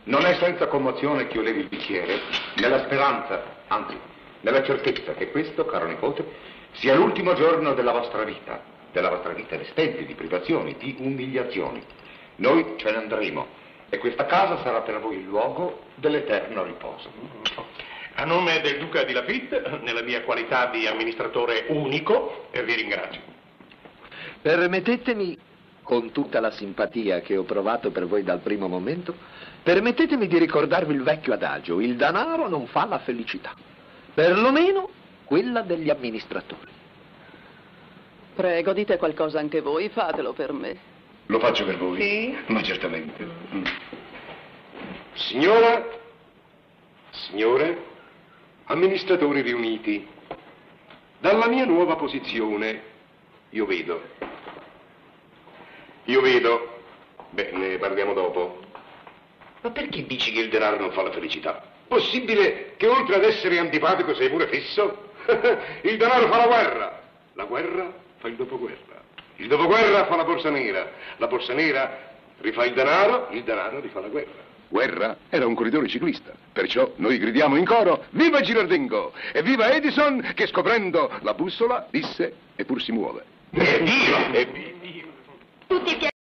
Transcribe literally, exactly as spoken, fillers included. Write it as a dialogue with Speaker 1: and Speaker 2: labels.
Speaker 1: Non è senza commozione che io levi il bicchiere, nella speranza, anzi, nella certezza che questo, caro nipote, sia l'ultimo giorno della vostra vita, della vostra vita di stenti, di privazioni, di umiliazioni. Noi ce ne andremo e questa casa sarà per voi il luogo dell'eterno riposo.
Speaker 2: A nome del Duca di Lafitte, nella mia qualità di amministratore unico, eh, vi ringrazio.
Speaker 3: Permettetemi, con tutta la simpatia che ho provato per voi dal primo momento, permettetemi di ricordarvi il vecchio adagio: il denaro non fa la felicità, perlomeno quella degli amministratori.
Speaker 4: Prego, dite qualcosa anche voi, fatelo per me.
Speaker 5: Lo faccio per voi?
Speaker 4: Sì.
Speaker 5: Ma certamente. Mm.
Speaker 2: Signora, signore, amministratori riuniti, dalla mia nuova posizione io vedo, io vedo, beh, ne parliamo dopo, ma perché dici che il denaro non fa la felicità? Possibile che oltre ad essere antipatico sei pure fisso? Il denaro fa la guerra, la guerra fa il dopoguerra, il dopoguerra fa la borsa nera, la borsa nera rifà il denaro, il denaro rifà la guerra.
Speaker 5: Guerra era un corridore ciclista, perciò noi gridiamo in coro: viva Girardengo! E viva Edison, che scoprendo la bussola disse: eppur si muove.
Speaker 2: Evviva! Evviva!
Speaker 4: Tutti